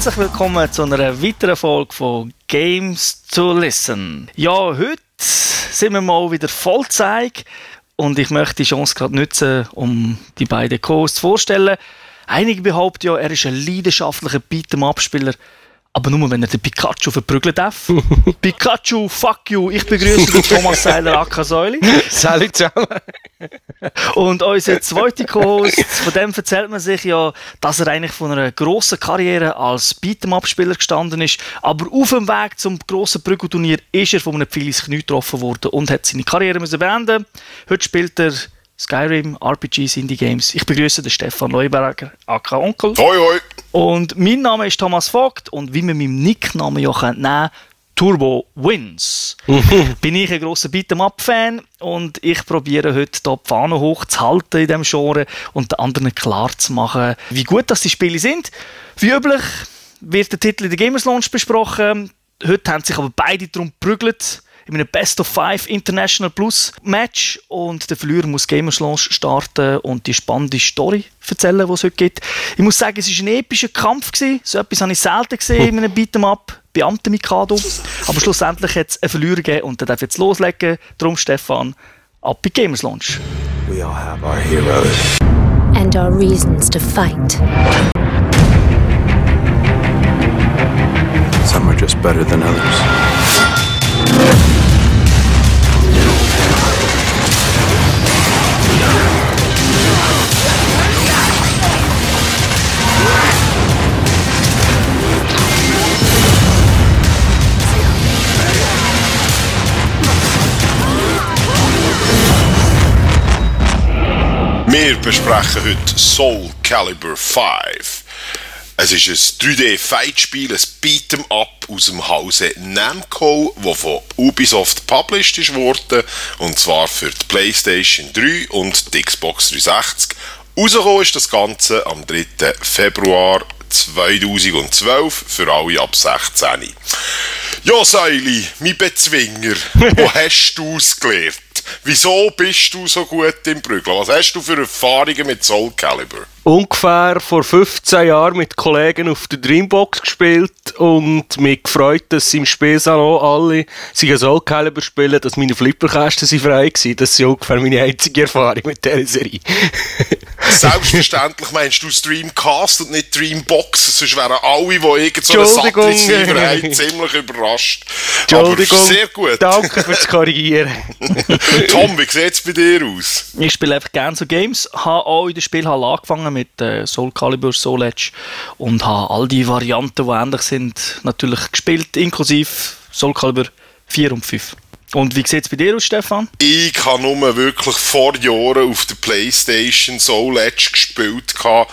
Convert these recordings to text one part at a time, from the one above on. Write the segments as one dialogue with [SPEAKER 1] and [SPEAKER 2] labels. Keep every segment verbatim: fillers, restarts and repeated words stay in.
[SPEAKER 1] Herzlich willkommen zu einer weiteren Folge von Games to Listen. Ja, heute sind wir mal wieder Vollzeig und ich möchte die Chance gerade nutzen, um die beiden Co-Hosts vorzustellen. Einige behaupten ja, er ist ein leidenschaftlicher Beat'em-up-Spieler, aber nur, wenn er den Pikachu verprügeln darf. Pikachu, fuck you! Ich begrüße den Thomas Seiler aka Säuli.
[SPEAKER 2] Salut zusammen!
[SPEAKER 1] Und unser zweiter Co-Host, von dem erzählt man sich ja, dass er eigentlich von einer grossen Karriere als Beat'em-up-Spieler gestanden ist, aber auf dem Weg zum grossen Prügelturnier ist er von einem Pfeil ins Knie getroffen worden und hat seine Karriere müssen beenden. Heute spielt er Skyrim, R P Gs, Indie-Games. Ich begrüße den Stefan Leuberger, aka Onkel.
[SPEAKER 3] Hoi, hoi.
[SPEAKER 1] Und mein Name ist Thomas Vogt und wie man meinem Nicknamen ja nehmen kann, Turbo Wins. Bin ich ein grosser Beat'em-up-Fan und ich probiere heute hier die Fahne hochzuhalten in diesem Genre und den anderen klar zu machen, wie gut das die Spiele sind. Wie üblich wird der Titel in der Gamers Launch besprochen. Heute haben sich aber beide darum geprügelt in einem Best of Five International Plus Match und der Verlierer muss Gamers Launch starten und die spannende Story erzählen, die es heute gibt. Ich muss sagen, es war ein epischer Kampf gewesen. So etwas habe ich selten gesehen in einem Beat'em-up. Beamte Mikado. Aber schlussendlich hat es einen Verlierer gegeben und der darf jetzt loslegen. Darum, Stefan, ab in Gamers Launch.
[SPEAKER 4] We all have our heroes.
[SPEAKER 5] And our reasons to fight.
[SPEAKER 4] Some are just better than others.
[SPEAKER 3] Wir besprechen heute Soul Calibur fünf. Es ist ein drei D-Fight-Spiel, ein Beat'em-up aus dem Hause Namco, das von Ubisoft published ist worden, und zwar für die PlayStation drei und die Xbox dreihundertsechzig. Rausgekommen ist das Ganze am dritten Februar zweitausendzwölf für alle ab sechzehn. Ja, Säuli, mein Bezwinger, wo hast du es gelernt? Wieso bist du so gut im Prügeln? Was hast du für Erfahrungen mit Soul Calibur?
[SPEAKER 2] Ungefähr vor fünfzehn Jahren mit Kollegen auf der Dreambox gespielt und mich gefreut, dass sie im Spielsalon alle sich Soul Calibur spielen, dass meine Flipperkästen sind frei waren. Das ist ungefähr meine einzige Erfahrung mit dieser Serie.
[SPEAKER 3] Selbstverständlich meinst du Dreamcast und nicht Dreambox, sonst wären alle, die irgend so einen Sat-Receiver haben, ziemlich überrascht.
[SPEAKER 2] Entschuldigung,
[SPEAKER 3] aber sehr gut.
[SPEAKER 2] Danke fürs Korrigieren.
[SPEAKER 3] Tom, wie sieht es bei dir aus?
[SPEAKER 1] Ich spiele einfach gerne so Games, habe auch in der Spielhalle angefangen mit äh, Soul Calibur, Soul Edge und habe all die Varianten, die ähnlich sind, natürlich gespielt, inklusive Soul Calibur vier und fünf. Und wie sieht es bei dir aus, Stefan?
[SPEAKER 3] Ich habe nur wirklich vor Jahren auf der PlayStation Soul Edge gespielt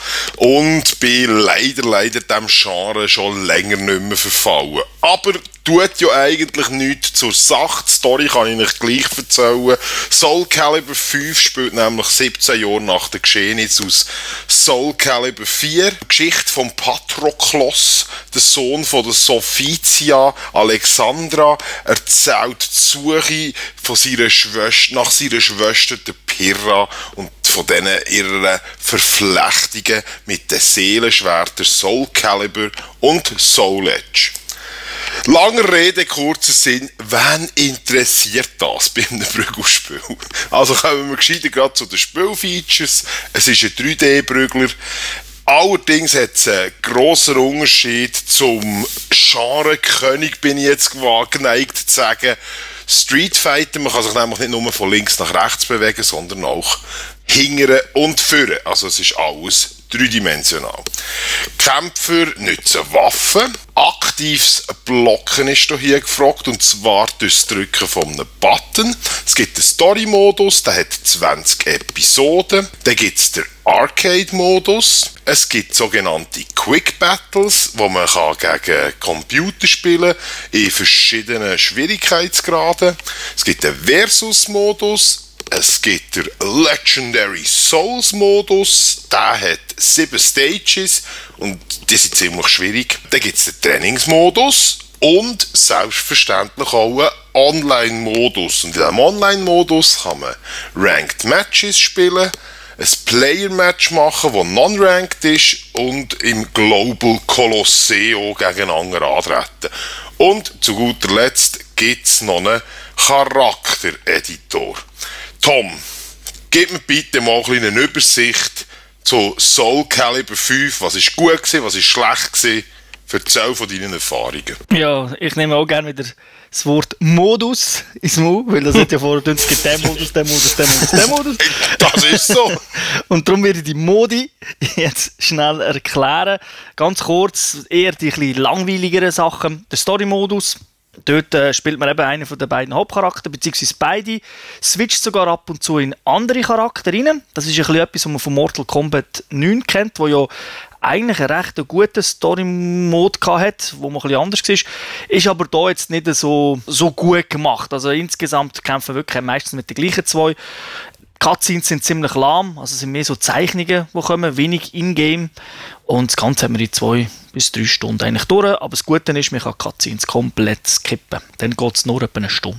[SPEAKER 3] und bin leider, leider diesem Genre schon länger nicht mehr verfallen. Aber tut ja eigentlich nichts zur Sache. Die Story kann ich euch gleich erzählen. Soul Calibur fünf spielt nämlich siebzehn Jahre nach den Geschehnissen aus Soul Calibur vier. Die Geschichte von Patroklos, der Sohn von der Sophia Alexandra, erzählt die Suche von seiner Schwester, nach seiner Schwester, der Pirra, und von diesen ihrer Verflechtungen mit den Seelenschwertern Soul Calibur und Soul Edge. Langer Rede, kurzer Sinn, wen interessiert das bei einem Prügelspiel? Also kommen wir gescheiter gerade zu den Spielfeatures. Es ist ein drei D-Prügler. Allerdings hat es einen grossen Unterschied zum Genre-König, bin ich jetzt geneigt zu sagen. Street Fighter, man kann sich nämlich nicht nur von links nach rechts bewegen, sondern auch hingere und vorne. Also es ist alles dreidimensional. Kämpfer nutzen Waffen. Aktives Blocken ist hier gefragt, und zwar durch das Drücken von einem Button. Es gibt einen Story-Modus, der hat zwanzig Episoden. Dann gibt es den Arcade-Modus. Es gibt sogenannte Quick Battles, wo man kann gegen Computer spielen in verschiedenen Schwierigkeitsgraden. Es gibt den Versus-Modus. Es gibt den Legendary Souls Modus, der hat sieben Stages und die sind ziemlich schwierig. Dann gibt es den Trainingsmodus und selbstverständlich auch einen Online-Modus. Und in diesem Online-Modus kann man Ranked Matches spielen. ein Player-Match machen, das non-ranked ist und im Global Colosseo gegeneinander antreten. Und zu guter Letzt gibt es noch einen Charaktereditor. Tom, gib mir bitte mal eine Übersicht zu Soul Calibur fünf. Was ist gut gewesen, was ist schlecht gewesen? Erzähl von deinen Erfahrungen.
[SPEAKER 1] Ja, ich nehme auch gerne wieder das Wort Modus ins Mund, weil das hat ja vorher es gibt den Modus, den Modus, den Modus, den Modus.
[SPEAKER 3] Das ist so.
[SPEAKER 1] Und darum werde ich die Modi jetzt schnell erklären. Ganz kurz, eher die ein bisschen langweiligeren Sachen. Der Story-Modus. Dort äh, spielt man eben einen von den beiden Hauptcharakteren, beziehungsweise beide, switcht sogar ab und zu in andere Charaktere rein. Das ist ein bisschen etwas, was man von Mortal Kombat neun kennt, wo ja eigentlich einen recht guten Story-Mode hatte, wo man ein bisschen anders war. Ist aber hier jetzt nicht so, so gut gemacht. Also insgesamt kämpfen wir wirklich meistens mit den gleichen zwei. Cutscenes sind ziemlich lahm, also sind mehr so Zeichnungen, die kommen, wenig in-game. Und das Ganze haben wir in zwei bis drei Stunden eigentlich durch. Aber das Gute ist, man kann Cutscenes komplett skippen. Dann geht es nur etwa eine Stunde.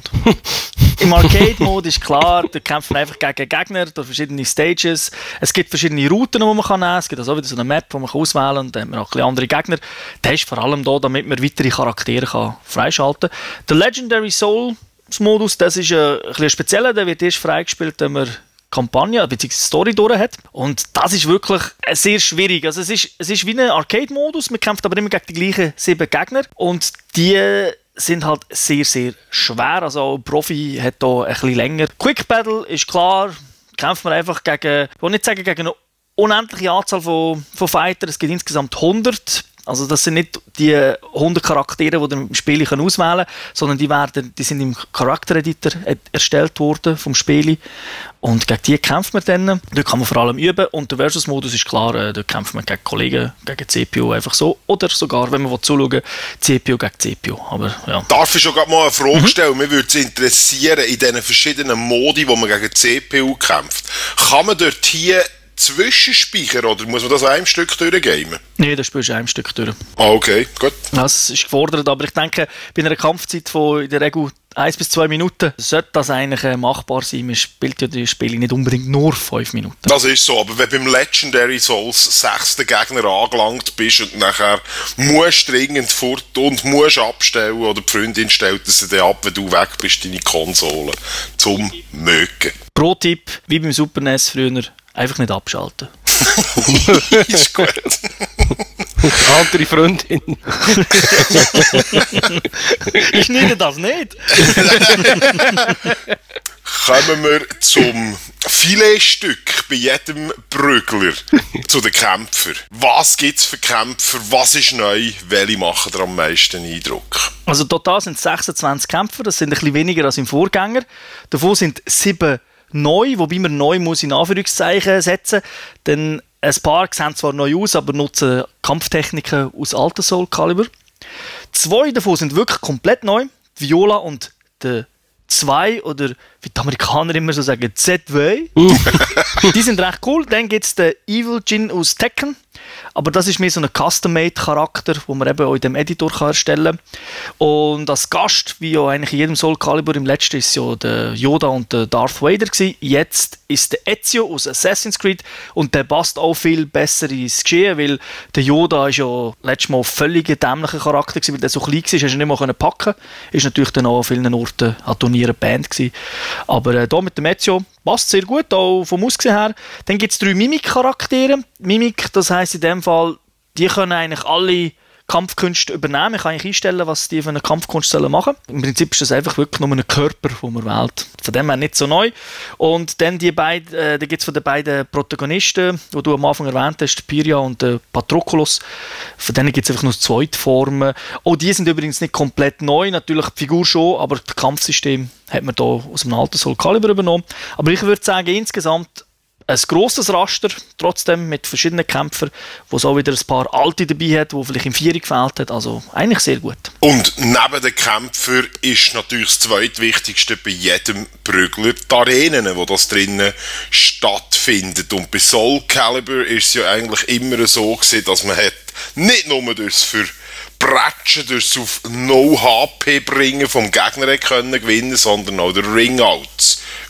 [SPEAKER 1] Im Arcade-Mode ist klar, da kämpfen wir einfach gegen Gegner, durch verschiedene Stages. Es gibt verschiedene Routen, die man nehmen kann. Es gibt also wieder so eine Map, die man auswählen kann. Und dann haben wir auch ein bisschen andere Gegner. Das ist vor allem da, damit man weitere Charaktere kann freischalten kann. Der Legendary Souls-Modus, das ist ein bisschen spezieller. Der wird erst freigespielt, wenn man Kampagne bzw. Story durch hat. Und das ist wirklich sehr schwierig. Also es ist, es ist wie ein Arcade-Modus, man kämpft aber immer gegen die gleichen sieben Gegner und die sind halt sehr, sehr schwer. Also ein Profi hat da ein bisschen länger. Quick Battle ist klar, kämpft man einfach gegen, ich will nicht sagen gegen eine unendliche Anzahl von, von Fightern, es gibt insgesamt hundert. Also das sind nicht die hundert Charaktere, die du im Spiel auswählen kannst, sondern die, werden, die sind im Charaktereditor erstellt worden vom Spiel. Und gegen die kämpft man dann. Dort kann man vor allem üben. Und der Versus-Modus ist klar, dort kämpft man gegen Kollegen, gegen C P U einfach so. Oder sogar, wenn man zuschauen will, C P U gegen C P U. Aber, ja.
[SPEAKER 3] Darf ich schon gerade mal eine Frage mhm. stellen? Mir würde es interessieren, in diesen verschiedenen Modi, wo man gegen C P U kämpft, kann man dort hier Zwischenspeicher oder muss man das einem Stück durchgeben?
[SPEAKER 1] Nein, das spielst du einem Stück durch.
[SPEAKER 3] Ah, okay, gut.
[SPEAKER 1] Das ist gefordert, aber ich denke, bei einer Kampfzeit von in der Regel eins bis zwei Minuten sollte das eigentlich machbar sein. Man spielt ja die Spiele nicht unbedingt nur fünf Minuten.
[SPEAKER 3] Das ist so, aber wenn du beim Legendary Souls sechsten Gegner angelangt bist und nachher musst dringend fort und musst abstellen oder die Freundin stellt sie dir ab, wenn du weg bist, deine Konsole zum Mögen.
[SPEAKER 1] Pro-Tipp, wie beim Super N E S früher, einfach nicht abschalten.
[SPEAKER 3] Ist gut.
[SPEAKER 2] Andere Freundin.
[SPEAKER 1] Ich schneide das nicht.
[SPEAKER 3] Kommen wir zum Filetstück bei jedem Prügler, zu den Kämpfern. Was gibt es für Kämpfer? Was ist neu? Welche machen dir am meisten Eindruck?
[SPEAKER 1] Also total sind es sechsundzwanzig Kämpfer, das sind ein bisschen weniger als im Vorgänger. Davon sind sieben neu, wobei man neu muss in Anführungszeichen setzen, denn ein paar sehen zwar neu aus, aber nutzen Kampftechniken aus alten Soul Calibur. Zwei davon sind wirklich komplett neu, Viola und der zwei oder wie die Amerikaner immer so sagen, Z-Way. Die sind recht cool. Dann gibt es den Evil Jin aus Tekken. Aber das ist mehr so ein Custom-Made-Charakter, den man eben auch in dem Editor kann erstellen kann. Und als Gast, wie ja eigentlich in jedem Soul Calibur, im letzten ist ja der Yoda und der Darth Vader gewesen. Jetzt ist der Ezio aus Assassin's Creed und der passt auch viel besser ins Geschehen, weil der Yoda ist ja letztes Mal völlig ein dämlicher Charakter gewesen, weil der so klein war, hast du nicht mal packen. Ist natürlich dann auch an vielen Orten an Turnieren Band gewesen. Aber äh, hier mit dem Ezio passt sehr gut, auch vom Aussehen her. Dann gibt es drei Mimik-Charaktere. Mimik, das heisst in dem Fall, die können eigentlich alle Kampfkünste übernehmen. Ich kann eigentlich einstellen, was die für eine Kampfkunst sollen machen. Im Prinzip ist das einfach wirklich nur ein Körper, den man wählt. Von dem her nicht so neu. Und dann die beiden, äh, da gibt es von den beiden Protagonisten, die du am Anfang erwähnt hast, Pyria und äh, Patroklos. Von denen gibt es einfach nur zwei Formen. Auch die sind übrigens nicht komplett neu, natürlich die Figur schon, aber das Kampfsystem hat man da aus dem alten Soul Calibur übernommen. Aber ich würde sagen, insgesamt ein grosses Raster, trotzdem mit verschiedenen Kämpfern, wo es auch wieder ein paar alte dabei hat, die vielleicht im Vierer gefehlt hat. Also eigentlich sehr gut.
[SPEAKER 3] Und neben den Kämpfern ist natürlich das zweitwichtigste bei jedem Prügler die Arenen, wo das drinnen stattfindet. Und bei Soul Calibur ist es ja eigentlich immer so gewesen, dass man hat nicht nur durchs Verbrechen, durchs auf No H P bringen vom Gegner können gewinnen, sondern auch der Ringouts.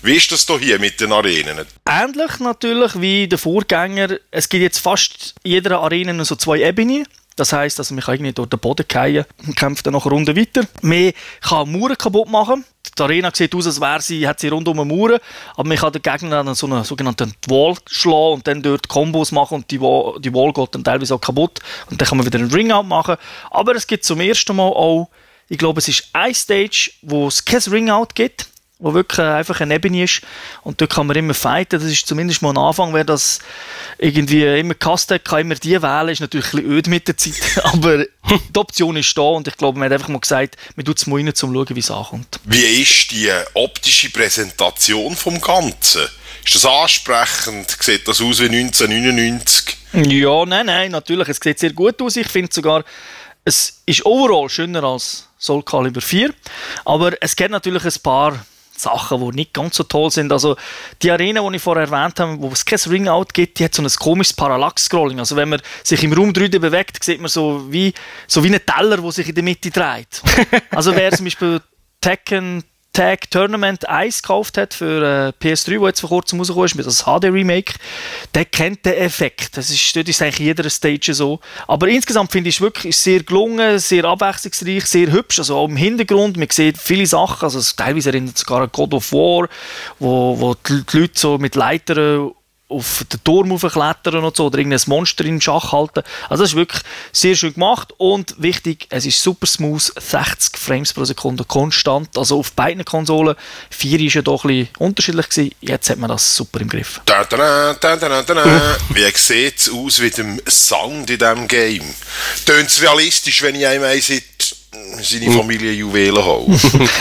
[SPEAKER 3] Wie ist das hier mit den Arenen?
[SPEAKER 1] Ähnlich natürlich wie der Vorgänger. Es gibt jetzt fast in jeder Arena so zwei Ebenen. Das heisst, also man kann irgendwie durch den Boden fallen und kämpft dann noch eine Runde weiter. Man kann Mauern kaputt machen. Die Arena sieht aus, als wäre sie, hat sie rundum eine Mauer, aber man kann den Gegner dann so eine sogenannte Wall schlagen und dann dort Kombos machen und die Wall, die Wall geht dann teilweise auch kaputt und dann kann man wieder einen Ring-Out machen. Aber es gibt zum ersten Mal auch, ich glaube, es ist eine Stage, wo es kein Ring-Out gibt, wo wirklich einfach eine Ebene ist und dort kann man immer fighten. Das ist zumindest mal ein Anfang, wer das irgendwie immer gehasst hat, kann immer die wählen, ist natürlich ein bisschen öd mit der Zeit, aber die Option ist da und ich glaube, man hat einfach mal gesagt, man tut es mal rein, um zu schauen, wie es ankommt.
[SPEAKER 3] Wie ist die optische Präsentation vom Ganzen? Ist das ansprechend? Sieht das aus wie neunzehnhundertneunundneunzig?
[SPEAKER 1] Ja, nein, nein, natürlich, es sieht sehr gut aus. Ich finde sogar, es ist overall schöner als Soul Calibur vier, aber es gibt natürlich ein paar Sachen, die nicht ganz so toll sind. Also die Arena, die ich vorher erwähnt habe, wo es kein Ring-Out gibt, die hat so ein komisches Parallax-Scrolling. Also wenn man sich im Raum drei D bewegt, sieht man so wie, so wie einen Teller, der sich in der Mitte dreht. Also wer zum Beispiel Tekken Tag Tournament eins gekauft hat für äh, P S drei, wo jetzt vor kurzem rausgekommen ist, mit das H D-Remake, der kennt den Effekt. Das ist, das ist eigentlich in jeder Stage so. Aber insgesamt finde ich es wirklich sehr gelungen, sehr abwechslungsreich, sehr hübsch. Also auch im Hintergrund, man sieht viele Sachen, also teilweise erinnert es sogar an God of War, wo, wo die, die Leute so mit Leitern auf den Turm hochklettern und so, oder irgendein Monster in Schach halten. Also das ist wirklich sehr schön gemacht und wichtig, es ist super smooth, sechzig Frames pro Sekunde konstant, also auf beiden Konsolen. vier war ja doch ein bisschen unterschiedlich gewesen. Jetzt hat man das super im Griff.
[SPEAKER 3] Da, da, da, da, da, da. Wie sieht es aus mit dem Sound in diesem Game? Tönt es realistisch, wenn ich einem seine Familie Juwelen holen?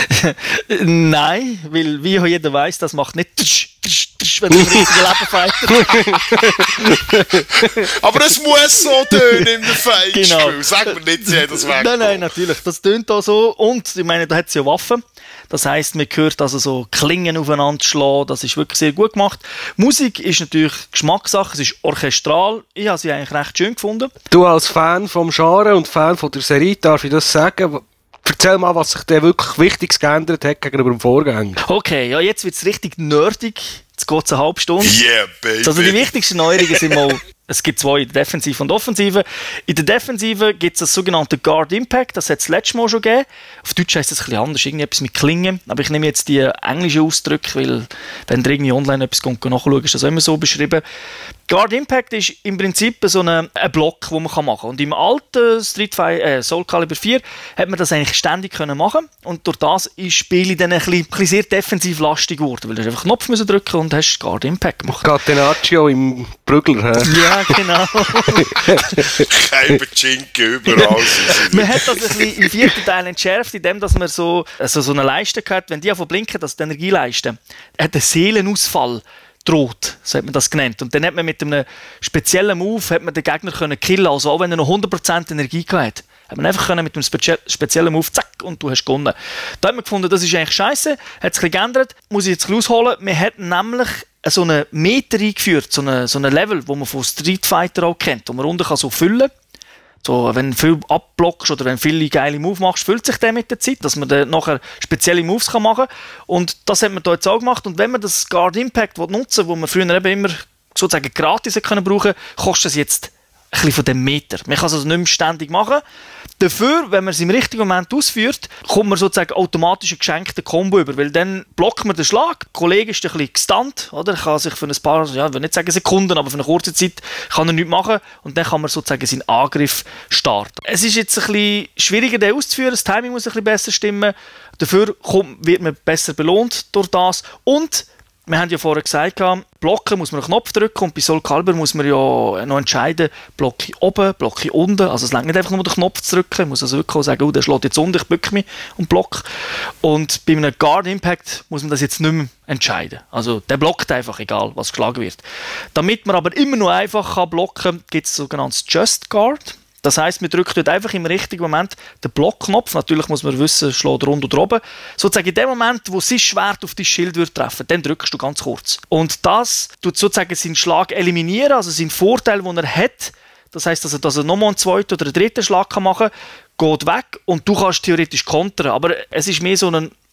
[SPEAKER 1] Nein, weil wie jeder weiss, das macht nicht tsch, tsch, tsch, wenn du im richtigen Leben fightest.
[SPEAKER 3] Aber es muss so tönen in der Fight-Spiel.
[SPEAKER 1] Genau.
[SPEAKER 3] Sag mir nicht, sie hat das weg.
[SPEAKER 1] Nein, nein, natürlich. Das tönt auch so. Und ich meine, da hat es ja Waffen. Das heisst, man hört also so Klingen aufeinander schlagen. Das ist wirklich sehr gut gemacht. Musik ist natürlich Geschmackssache. Es ist orchestral. Ich habe sie eigentlich recht schön gefunden.
[SPEAKER 2] Du als Fan vom Genre und Fan von der Serie, darf ich das sagen? Erzähl mal, was sich da wirklich Wichtiges geändert hat gegenüber dem Vorgänger.
[SPEAKER 1] Okay, ja, jetzt wird es richtig nerdig. Jetzt geht es eine halbe Stunde.
[SPEAKER 3] Yeah, baby.
[SPEAKER 1] Also die wichtigsten Neuerungen sind mal, es gibt zwei in der Defensive und Offensive. In der Defensive gibt es das sogenannte Guard Impact, das hat es letztes Mal schon gegeben. Auf Deutsch heisst es ein bisschen anders, irgendwie etwas mit Klingen. Aber ich nehme jetzt die englischen Ausdrücke, weil wenn ihr irgendwie online etwas nachschaut, ist das immer so beschrieben. Guard Impact ist im Prinzip so ein Block, den man machen kann. Und im alten Street Fighter, äh, Soul Calibur vier hat man das eigentlich ständig können machen. Und durch das ist das Spiel dann ein bisschen, ein bisschen sehr defensiv lastig geworden, weil du einfach einen Knopf müssen drücken und hast Guard Impact gemacht.
[SPEAKER 2] Catenaccio im Prügler, hä?
[SPEAKER 1] Ja, genau.
[SPEAKER 3] Kein Pachinko überall.
[SPEAKER 1] Man hat das ein bisschen im vierten Teil entschärft, indem dass man so, also so eine Leiste hat, wenn die davon blinken, das ist die Energieleiste, hat einen Seelenausfall droht, so hat man das genannt. Und dann hat man mit einem speziellen Move hat man den Gegner können killen, also auch wenn er noch hundert Prozent Energie hatte. Hat man einfach können mit einem spezie- speziellen Move, zack, und du hast gewonnen. Da hat man gefunden, das ist eigentlich scheiße, hat es ein bisschen geändert, muss ich jetzt rausholen. Man hat nämlich so einen Meter eingeführt, so einen so eine Level, wo man von Street Fighter auch kennt, wo man unten kann so füllen kann. So, wenn du viel abblockst oder wenn du viele geile Moves machst, füllt sich der mit der Zeit, dass man dann nachher spezielle Moves kann machen kann. Und das hat man da jetzt auch gemacht. Und wenn man das Guard Impact nutzen will, wo man früher eben immer sozusagen gratis können brauchen, kostet es jetzt ein bisschen von dem Meter. Man kann es also nicht mehr ständig machen. Dafür, wenn man es im richtigen Moment ausführt, kommt man sozusagen automatisch einen geschenkten Combo über, weil dann blockt man den Schlag, der Kollege ist ein bisschen gestunt, oder? Er kann sich für ein paar, ja, ich will nicht sagen Sekunden, aber für eine kurze Zeit kann er nichts machen und dann kann man sozusagen seinen Angriff starten. Es ist jetzt ein bisschen schwieriger, den auszuführen, das Timing muss ein bisschen besser stimmen, dafür kommt, wird man besser belohnt durch das und wir haben ja vorher gesagt, blocken muss man einen Knopf drücken und bei Soul Calibur muss man ja noch entscheiden, blocke ich oben, blocke ich unten. Also es reicht nicht einfach nur den Knopf zu drücken, ich muss also wirklich sagen, oh, der schlägt jetzt unten, ich bücke mich und block. Und bei einem Guard Impact muss man das jetzt nicht mehr entscheiden. Also der blockt einfach, egal was geschlagen wird. Damit man aber immer noch einfach blocken kann, gibt es sogenanntes Just Guard. Das heisst, man drückt dort einfach im richtigen Moment den Blockknopf. Natürlich muss man wissen, schlägt er unten oder oben. Sozusagen in dem Moment, wo sein Schwert auf dein Schild wird treffen, dann drückst du ganz kurz. Und das tut sozusagen seinen Schlag eliminieren, also seinen Vorteil, den er hat. Das heisst, dass er, dass er nochmal einen zweiten oder einen dritten Schlag machen kann, geht weg und du kannst theoretisch kontern. Aber es ist mehr so ein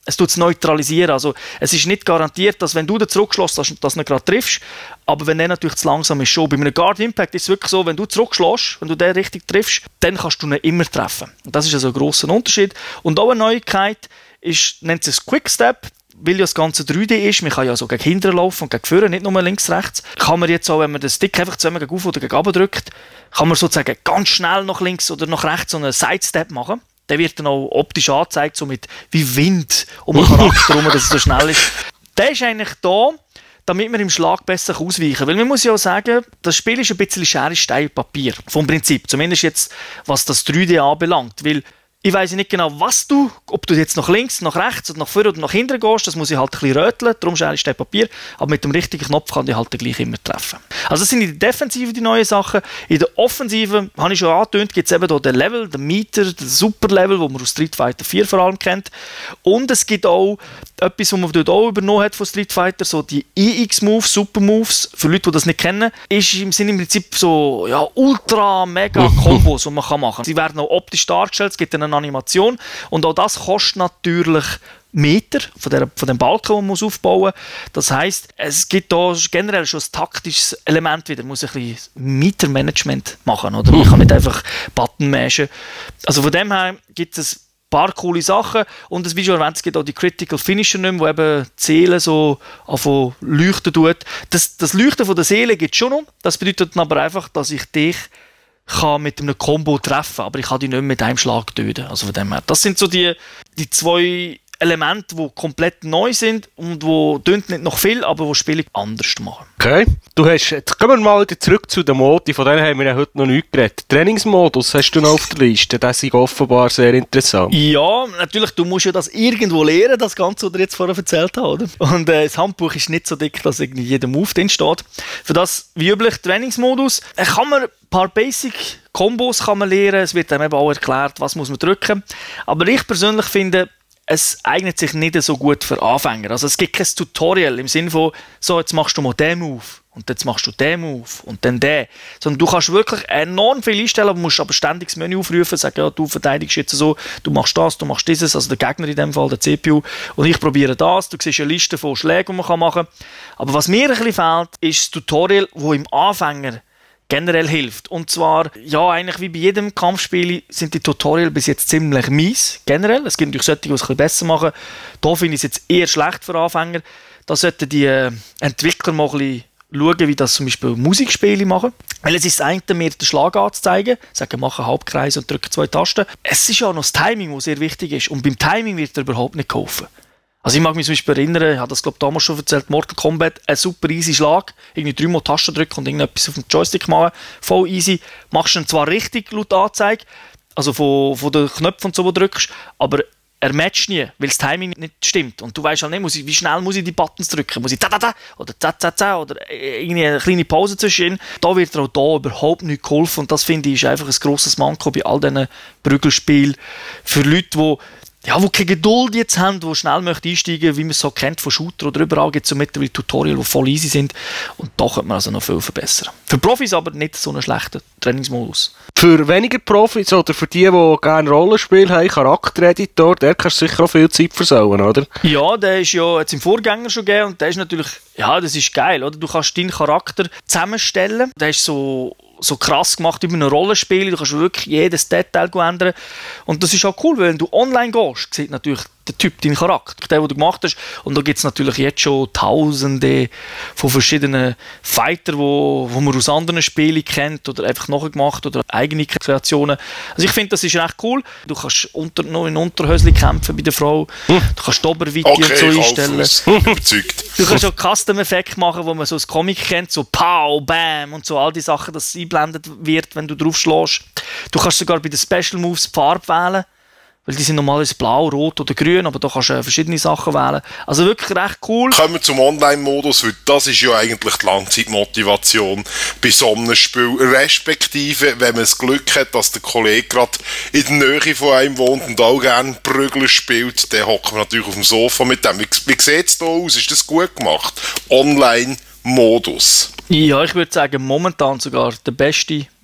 [SPEAKER 1] es tut es neutralisieren. Also, es ist nicht garantiert, dass wenn du den zurückschlägst, dass, dass du ihn gerade triffst. Aber wenn der natürlich zu langsam ist, schon. Bei einem Guard Impact ist es wirklich so, wenn du zurückschlägst, wenn du den richtig triffst, dann kannst du ihn immer treffen. Und das ist also ein grosser Unterschied. Und auch eine Neuigkeit ist, nennt sich Quick Step. Weil ja das Ganze drei D ist, man kann ja so gegen hinten laufen und gegen vorne, nicht nur links, rechts, kann man jetzt auch, wenn man den Stick einfach zusammen gegen auf oder gegen runter drückt, kann man sozusagen ganz schnell nach links oder nach rechts so einen Sidestep machen. Der wird dann auch optisch angezeigt, so mit wie Wind um den Charakter herum, dass es so schnell ist. Der ist eigentlich da, damit man im Schlag besser ausweichen kann. Weil man muss ja auch sagen, das Spiel ist ein bisschen Schere, Stein, Papier. Vom Prinzip. Zumindest jetzt, was das drei D anbelangt. Weil ich weiss nicht genau, was du, ob du jetzt nach links, nach rechts oder nach vorne oder nach hinten gehst, das muss ich halt ein bisschen röteln, darum Schere, Stein, Papier, aber mit dem richtigen Knopf kann ich halt gleich immer treffen. Also das sind in der Defensive die neuen Sachen. In der Offensive, habe ich schon angetönt, gibt es eben hier den Level, den Meter, den Super-Level, den man aus Street Fighter vier vor allem kennt. Und es gibt auch etwas, was man dort auch übernommen hat von Street Fighter, so die E X-Moves, Super-Moves, für Leute, die das nicht kennen, ist im, sind im Prinzip so ja, ultra-mega-Kombos, die man kann machen kann. Sie werden auch optisch dargestellt, es gibt eine Animation und auch das kostet natürlich Meter von, der, von dem Balken, den man aufbauen muss. Das heisst, es gibt da generell schon ein taktisches Element wieder. Man muss ein bisschen Metermanagement machen, oder? Man kann nicht einfach Button mashen. Also von dem her gibt es ein paar coole Sachen und es, wie schon erwähnt, es gibt auch die Critical Finisher nicht mehr, die eben die Seele so anfangen leuchten tut. Das, das Leuchten von der Seele gibt es schon noch. Das bedeutet dann aber einfach, dass ich dich kann mit einem Combo treffen, aber ich kann die nicht mit einem Schlag töten. Also von dem her. Das sind so die, die zwei Elemente, die komplett neu sind und die nicht noch viel, aber die das Spiel anders machen.
[SPEAKER 2] Okay. Du hast, jetzt gehen wir mal wieder zurück zu den Modi, von denen haben wir ja heute noch nicht geredet. Trainingsmodus hast du noch auf der Liste, das ist offenbar sehr interessant.
[SPEAKER 1] Ja, natürlich, du musst ja das irgendwo lernen, das Ganze, was ich jetzt vorher erzählt habe. Oder? Und äh, das Handbuch ist nicht so dick, dass irgendwie jeder Move drin steht. Für das, wie üblich, Trainingsmodus, äh, kann man ein paar Basic-Kombos kann man lernen, es wird einem eben auch erklärt, was muss man drücken. Aber ich persönlich finde, es eignet sich nicht so gut für Anfänger. Also es gibt kein Tutorial im Sinne von, so, jetzt machst du mal den Move und jetzt machst du den Move und dann den. Sondern du kannst wirklich enorm viel einstellen, musst aber ständig das Menü aufrufen, sagen, ja, du verteidigst jetzt so, du machst das, du machst dieses, also der Gegner in dem Fall, der C P U, und ich probiere das. Du siehst eine Liste von Schlägen, die man machen kann. Aber was mir ein bisschen fehlt, ist das Tutorial, das im Anfänger generell hilft. Und zwar, ja, eigentlich wie bei jedem Kampfspiel sind die Tutorial bis jetzt ziemlich mies, generell. Es gibt natürlich solche, die es ein bisschen besser machen. Da finde ich es jetzt eher schlecht für Anfänger. Da sollten die äh, Entwickler mal ein bisschen schauen, wie das zum Beispiel Musikspiele machen. Weil es ist das eine, mir den Schlag anzuzeigen, sagen, mach einen Halbkreis und drücke zwei Tasten. Es ist auch noch das Timing, das sehr wichtig ist. Und beim Timing wird dir überhaupt nicht geholfen. Also ich mag mich zum Beispiel erinnern, ich habe das glaube ich damals schon erzählt, Mortal Kombat, ein super easy Schlag, irgendwie dreimal Tasten drücken und irgendetwas auf dem Joystick machen, voll easy. Machst du ihn zwar richtig laut Anzeige, also von, von den Knöpfen und so, die du drückst, aber er matcht nie, weil das Timing nicht stimmt. Und du weißt halt nicht, muss ich, wie schnell muss ich die Buttons drücken, muss ich da da da oder za za za oder irgendwie eine kleine Pause zwischen. Da wird auch da überhaupt nicht geholfen und das finde ich ist einfach ein grosses Manko bei all diesen Prügelspielen für Leute, die Ja, die keine Geduld jetzt haben, die schnell möchten einsteigen, wie man es so kennt von Shooter oder überall gibt es so mittlerweile Tutorial, die voll easy sind. Und da könnte man also noch viel verbessern. Für Profis aber nicht so einen schlechten Trainingsmodus.
[SPEAKER 2] Für weniger Profis oder für die, die gerne Rollenspiel haben, Charaktereditor, der kannst du sicher auch viel Zeit versauen, oder?
[SPEAKER 1] Ja, der ist ja jetzt im Vorgänger schon gegeben und der ist natürlich, ja, das ist geil, oder? Du kannst deinen Charakter zusammenstellen. Der ist so so krass gemacht über ein Rollenspiel, du kannst wirklich jedes Detail ändern und das ist auch cool, weil wenn du online gehst, sieht natürlich der Typ, dein Charakter, der, den du gemacht hast, und da gibt es natürlich jetzt schon tausende von verschiedenen Fightern, wo, wo man aus anderen Spielen kennt oder einfach nachgemacht oder eigene Kreationen. Also ich finde, das ist recht cool. Du kannst unter, noch in Unterhöschen kämpfen bei der Frau, hm. du kannst die Oberweite
[SPEAKER 3] okay,
[SPEAKER 1] und so einstellen.
[SPEAKER 3] Überzeugt.
[SPEAKER 1] Du kannst auch Custom-Effekte machen, wo man so ein Comic kennt, so Pow, Bam und so, all die Sachen, dass es eingeblendet wird, wenn du drauf schlägst. Du kannst sogar bei den Special Moves die Farbe wählen, weil die sind normalerweise blau, rot oder grün, aber da kannst du verschiedene Sachen wählen. Also wirklich recht cool.
[SPEAKER 3] Kommen wir zum Online-Modus, weil das ist ja eigentlich die Langzeitmotivation bei so einem Spiel. Respektive, wenn man das Glück hat, dass der Kollege gerade in der Nähe von einem wohnt und auch gerne Prügel spielt, dann hockt man natürlich auf dem Sofa mit dem. Wie, wie sieht es da aus? Ist das gut gemacht? Online-Modus.
[SPEAKER 1] Ja, ich würde sagen, momentan sogar der beste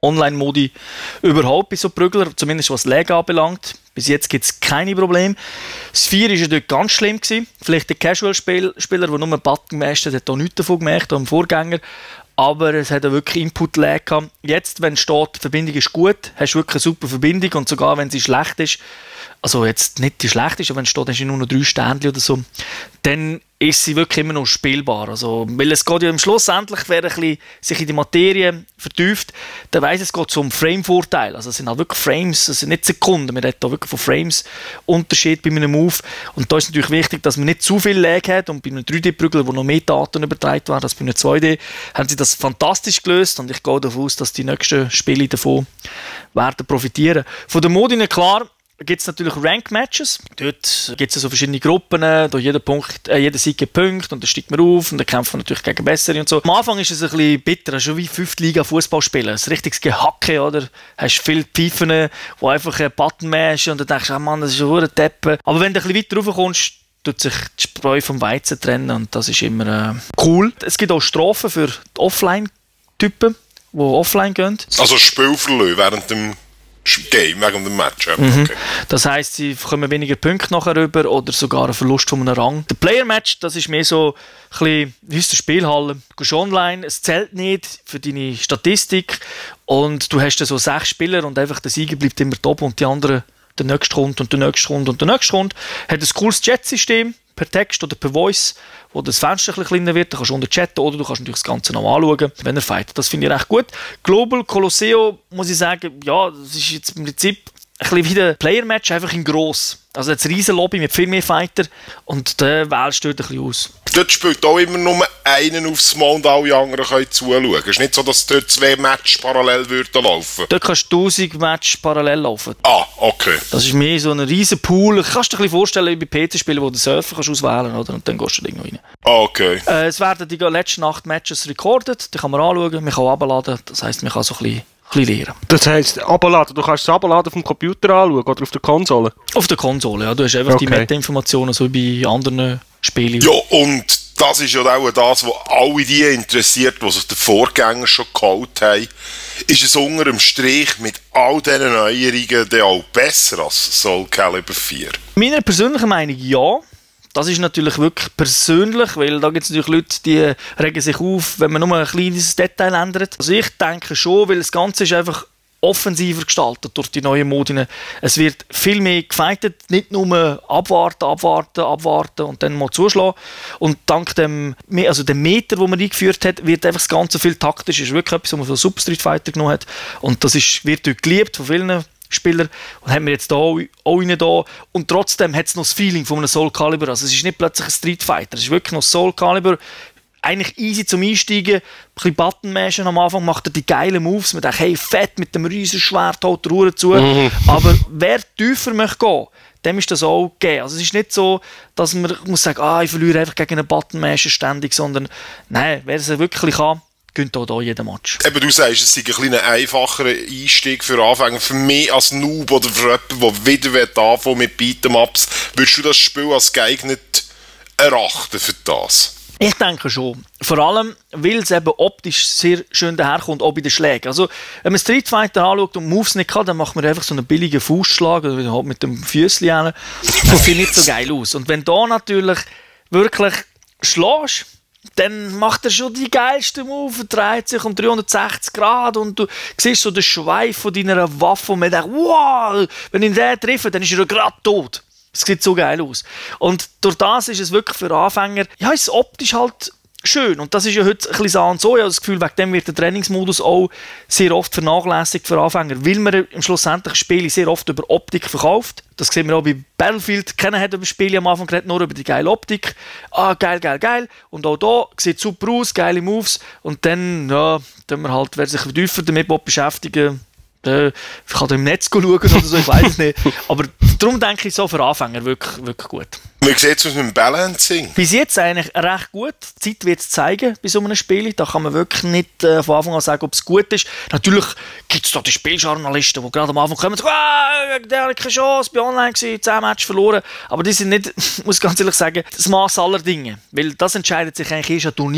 [SPEAKER 1] Online-Modi überhaupt bei so Prügler, zumindest was Lag anbelangt. Bis jetzt gibt es keine Probleme. Das vier war ja dort ganz schlimm gewesen. Vielleicht der Casual-Spieler, der nur einen Button gemasht hat, hat da nichts davon gemerkt, auch im Vorgänger. Aber es hat auch wirklich Input-Lag gehabt. Jetzt, wenn steht, die Verbindung ist gut, hast du wirklich eine super Verbindung und sogar wenn sie schlecht ist, also jetzt nicht die schlecht ist, aber wenn steht, hast du nur noch drei Ständchen oder so, dann ist sie wirklich immer noch spielbar. Also, weil es geht ja im Schluss endlich, wer ein bisschen sich in die Materie vertieft, der weiss, es geht so um Frame-Vorteil. Also es sind halt wirklich Frames, es sind nicht Sekunden, man redet da wirklich von Frames Unterschied bei einem Move. Und da ist natürlich wichtig, dass man nicht zu viel Lag hat und bei einem drei D-Prügel, wo noch mehr Daten übertragen werden als bei einem zwei D, haben sie das fantastisch gelöst und ich gehe davon aus, dass die nächsten Spiele davon werden profitieren. Von den Modinen klar, gibt es natürlich Rank-Matches. Dort gibt es so verschiedene Gruppen, da jeder, Punkt, äh, jeder Sieg gibt Punkte und dann steigt man auf und dann kämpft man natürlich gegen Bessere und so. Am Anfang ist es ein bisschen bitter, schon wie fünfte Liga Fußball spielen. Ein richtiges Gehacke, oder? Hast viele Pfeifen, wo einfach ein Button mashst und dann denkst du, oh Mann, das ist schon ein Teppe. Aber wenn du ein bisschen weiter raufkommst, tut sich die Spreu vom Weizen trennen und das ist immer äh, cool. Es gibt auch Strafen für die Offline-Typen, die offline gehen.
[SPEAKER 3] Also Spiel verlieren während dem Game, wegen dem Match. Ja.
[SPEAKER 1] Mhm.
[SPEAKER 3] Okay.
[SPEAKER 1] Das heisst, sie bekommen weniger Punkte nachher rüber oder sogar einen Verlust von einem Rang. Der Player-Match, das ist mehr so ein bisschen wie aus der Spielhalle. Du gehst online, es zählt nicht für deine Statistik und du hast dann so sechs Spieler und einfach der Sieger bleibt immer top und die anderen, der nächste kommt und der nächste kommt und der nächste kommt. Hat ein cooles Chat-System per Text oder per Voice, wo das Fenster ein bisschen kleiner wird, da kannst du unter chatten oder du kannst natürlich das Ganze noch anschauen, wenn er fightet. Das finde ich recht gut. Global Colosseo, muss ich sagen, ja, das ist jetzt im Prinzip ein bisschen wie ein Player-Match, einfach in gross. Also jetzt ein riesen Lobby mit viel mehr Fighter und der wählst du dort ein bisschen aus.
[SPEAKER 3] Dort spielt auch immer nur einen aufs Mal und alle anderen können zuschauen. Es ist nicht so, dass dort zwei Matches parallel würden laufen.
[SPEAKER 1] Dort kannst du tausend Matches parallel laufen.
[SPEAKER 3] Ah, okay.
[SPEAKER 1] Das ist mehr so ein riesen Pool. Kannst du dir ein bisschen vorstellen, wie bei P C-Spielen, wo du den Surfer kannst auswählen kannst, und dann gehst du da irgendwo rein.
[SPEAKER 3] Okay.
[SPEAKER 1] Äh, es werden die letzten acht Matches recorded, die kann man anschauen, man kann abladen, das heisst, man kann so ein bisschen lernen.
[SPEAKER 2] Das heisst, abladen. Du kannst es abladen auf dem Computer anschauen oder auf der Konsole?
[SPEAKER 1] Auf der Konsole, ja. Du hast einfach okay. die Meta-Informationen, so wie bei anderen Spielen.
[SPEAKER 3] Ja, und das ist ja auch das, was alle die interessiert, die sich den Vorgänger schon geholt haben. Ist es unter dem Strich mit all diesen Neuerungen dann auch besser als Soul Calibur vier?
[SPEAKER 1] Meiner persönlichen Meinung ja. Das ist natürlich wirklich persönlich, weil da gibt es natürlich Leute, die regen sich auf, wenn man nur ein kleines Detail ändert. Also ich denke schon, weil das Ganze ist einfach offensiver gestaltet durch die neuen Modine. Es wird viel mehr gefightet, nicht nur abwarten, abwarten, abwarten und dann mal zuschlagen. Und dank dem, also dem Meter, den man eingeführt hat, wird einfach das Ganze viel taktischer. Das ist wirklich etwas, was man von Super Street Fighter genommen hat. Und das ist, wird dort geliebt von vielen Spieler und haben wir jetzt da auch einen da und trotzdem hat es noch das Feeling von einem Soul Calibur. Also es ist nicht plötzlich ein Street Fighter, es ist wirklich noch Soul Calibur. Eigentlich easy zum Einsteigen, ein bisschen Button mashen am Anfang, macht er die geilen Moves, man denkt, hey, fett mit dem riesen Schwert, haut die Ruhe zu. Mhm. Aber wer tiefer möchte gehen, dem ist das auch gegeben. Also es ist nicht so, dass man muss sagen, ah, ich verliere einfach gegen einen Button mashen ständig, sondern nein, wer es wirklich kann, gönnt auch hier jeden Match. Eben,
[SPEAKER 3] du sagst, es ist ein, ein einfacherer Einstieg für Anfänger. Für mich als Noob oder für jemanden, der wieder anfangen mit Beat'em-Ups, würdest du das Spiel als geeignet erachten für das?
[SPEAKER 1] Ich denke schon. Vor allem, weil es eben optisch sehr schön daherkommt, auch bei den Schlägen. Also, wenn man Street Fighter anschaut und Moves nicht kann, dann macht man einfach so einen billigen Fußschlag oder halt mit dem Füßchen hin. Das sieht nicht so geil aus. Und wenn du natürlich wirklich schlägst, dann macht er schon die geilsten Move, dreht sich um dreihundertsechzig Grad und du siehst so den Schweif von deiner Waffe und man denkt, wow, wenn ich den treffe, dann ist er gerade tot. Es sieht so geil aus. Und durch das ist es wirklich für Anfänger, ja, ist optisch halt schön. Und das ist ja heute ein bisschen so und so. Ich habe das Gefühl, wegen dem wird der Trainingsmodus auch sehr oft vernachlässigt für Anfänger, weil man im schlussendlich Spiele sehr oft über Optik verkauft. Das sehen wir auch bei Battlefield. Keiner hat über Spiele am Anfang geredet, nur über die geile Optik. Ah, geil, geil, geil. Und auch da sieht super aus, geile Moves. Und dann, ja, dann wir halt, wer sich tiefer damit beschäftigen, ich kann da im Netz schauen oder so, ich weiß es nicht. Aber darum denke ich so für Anfänger wirklich, wirklich gut.
[SPEAKER 3] Wie sieht es aus mit dem Balancing?
[SPEAKER 1] Bis jetzt eigentlich recht gut. Die Zeit wird es zeigen bei so einem Spiel. Da kann man wirklich nicht äh, von Anfang an sagen, ob es gut ist. Natürlich gibt es da die Spieljournalisten, die gerade am Anfang kommen und sagen, ah, der hat keine Chance, ich war online, zehn Matches verloren. Aber die sind nicht, muss ich ganz ehrlich sagen, das Maß aller Dinge. Weil das entscheidet sich eigentlich erst ein Turnier.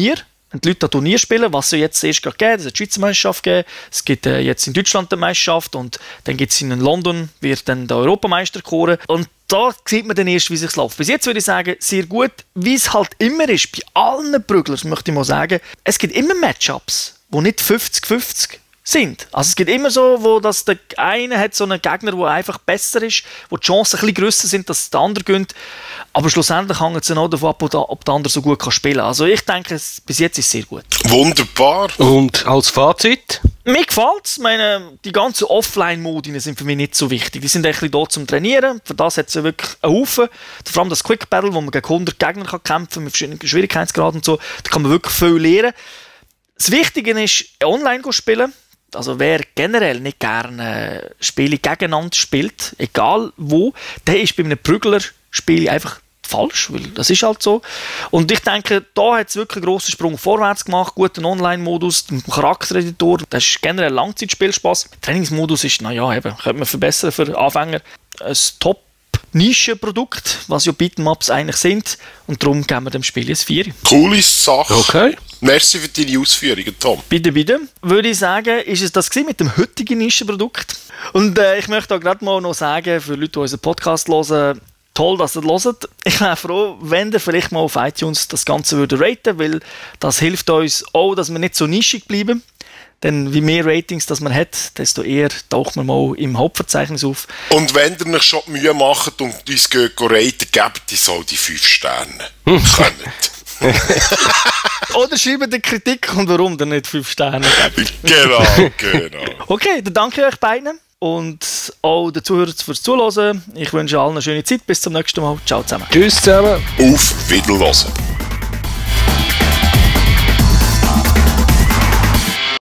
[SPEAKER 1] wenn die Leute ein Turnier spielen, was es jetzt erst gerade gegeben, es hat die Schweizer Meisterschaft gegeben, es gibt äh, jetzt in Deutschland eine Meisterschaft und dann gibt es in London, wird dann der Europameister gekoren und da sieht man dann erst, wie es sich läuft. Bis jetzt würde ich sagen, sehr gut, wie es halt immer ist, bei allen Brüglers möchte ich mal sagen, es gibt immer Matchups, die nicht fünfzig fünfzig sind. Also es gibt immer so, wo das der eine hat so einen Gegner, der einfach besser ist, wo die Chancen ein bisschen grösser sind, dass der andere gönnt. Aber schlussendlich hängt es dann auch davon ab, ob der andere so gut kann spielen kann. Also ich denke, es, bis jetzt ist es sehr gut.
[SPEAKER 3] Wunderbar.
[SPEAKER 2] Und als Fazit?
[SPEAKER 1] Mir gefällt es. Die ganzen Offline-Modine sind für mich nicht so wichtig. Die sind ein bisschen da zum Trainieren. Für das hat es ja wirklich einen Haufen. Vor allem das Quick Battle, wo man gegen hundert Gegner kann kämpfen kann, mit verschiedenen Schwierigkeitsgraden und so. Da kann man wirklich viel lernen. Das Wichtige ist, online zu spielen. Also wer generell nicht gerne Spiele gegeneinander spielt, egal wo, der ist bei einem Prügler-Spiel einfach falsch, weil das ist halt so. Und ich denke, da hat es wirklich einen grossen Sprung vorwärts gemacht, guten Online-Modus, den Charaktereditor, das ist generell Langzeitspielspaß. Der Trainingsmodus ist, naja, eben, könnte man verbessern für Anfänger. Ein Top Nischenprodukt, was ja Beat'em-Ups eigentlich sind. Und darum geben wir dem Spiel ein vier.
[SPEAKER 3] Coole Sache.
[SPEAKER 2] Okay.
[SPEAKER 3] Merci für deine Ausführungen, Tom.
[SPEAKER 1] Bitte, bitte. Würde ich sagen, ist es das mit dem heutigen Nischenprodukt. Und äh, ich möchte auch gerade mal noch sagen, für Leute, die unseren Podcast hören, toll, dass ihr hört. Ich wäre froh, wenn ihr vielleicht mal auf iTunes das Ganze würde raten, weil das hilft uns auch, dass wir nicht so nischig bleiben. Denn wie mehr Ratings das man hat, desto eher taucht man mal im Hauptverzeichnis auf.
[SPEAKER 3] Und wenn ihr euch schon die Mühe macht und uns raten, gebt ihr so die fünf Sterne. Könnt.
[SPEAKER 1] Oder schreibt eine Kritik und warum dann nicht fünf Sterne geben.
[SPEAKER 3] Genau, genau.
[SPEAKER 1] Okay, dann danke ich euch beiden und auch den Zuhörern fürs Zuhören. Ich wünsche allen eine schöne Zeit. Bis zum nächsten Mal. Ciao zusammen.
[SPEAKER 2] Tschüss zusammen.
[SPEAKER 3] Auf Wiederhören.